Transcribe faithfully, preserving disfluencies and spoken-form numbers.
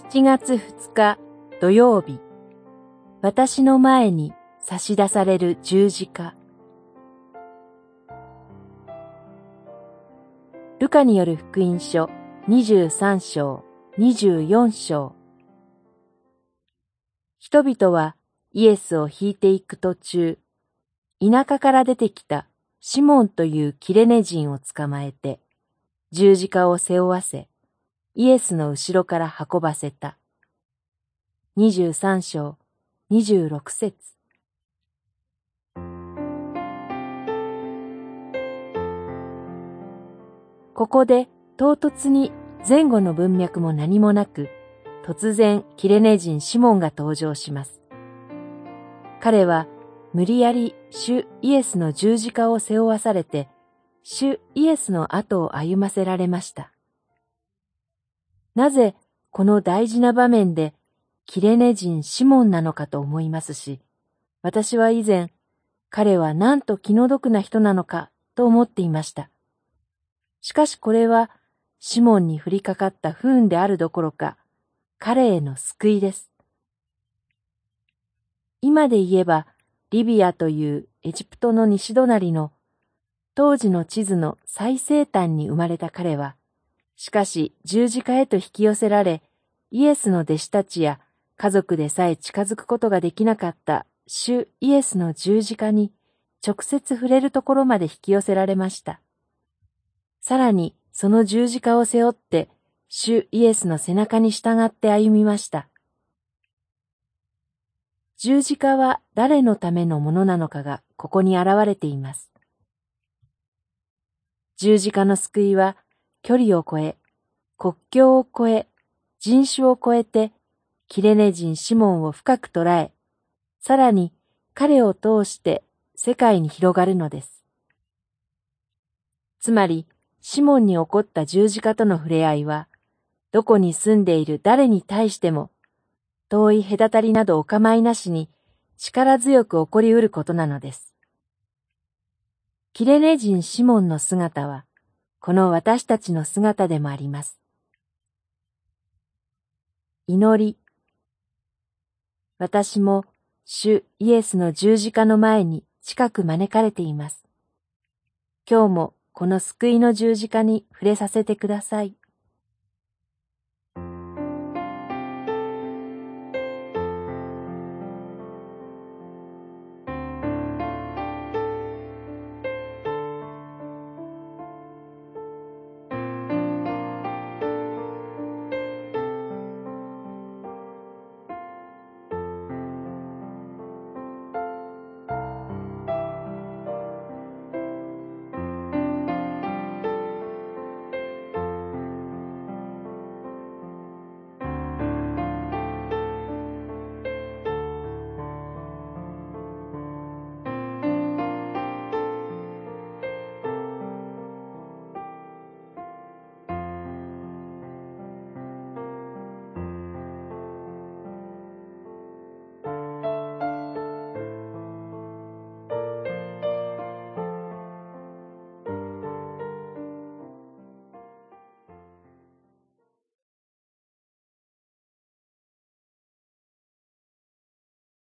しちがつふつか土曜日、私の前に差し出される十字架。ルカによる福音書にじゅうさんしょう、にじゅうよんしょう。人々はイエスを引いていく途中、田舎から出てきたシモンというキレネ人を捕まえて、十字架を背負わせ、イエスの後ろから運ばせた。にじゅうさんしょう、にじゅうろくせつ。ここで唐突に前後の文脈も何もなく、突然キレネ人シモンが登場します。彼は無理やり主イエスの十字架を背負わされて、主イエスの後を歩ませられました。なぜこの大事な場面でキレネ人シモンなのかと思いますし、私は以前、彼はなんと気の毒な人なのかと思っていました。しかしこれはシモンに降りかかった不運であるどころか、彼への救いです。今で言えば、リビアというエジプトの西隣の当時の地図の最西端に生まれた彼は、しかし十字架へと引き寄せられ、イエスの弟子たちや家族でさえ近づくことができなかった主イエスの十字架に直接触れるところまで引き寄せられました。さらにその十字架を背負って主イエスの背中に従って歩みました。十字架は誰のためのものなのかがここに現れています。十字架の救いは距離を超え、国境を超え、人種を超えて、キレネ人シモンを深く捉え、さらに彼を通して世界に広がるのです。つまり、シモンに起こった十字架との触れ合いは、どこに住んでいる誰に対しても、遠い隔たりなどお構いなしに力強く起こりうることなのです。キレネ人シモンの姿は、この私たちの姿でもあります。祈り。私も主イエスの十字架の前に近く招かれています。今日もこの救いの十字架に触れさせてください。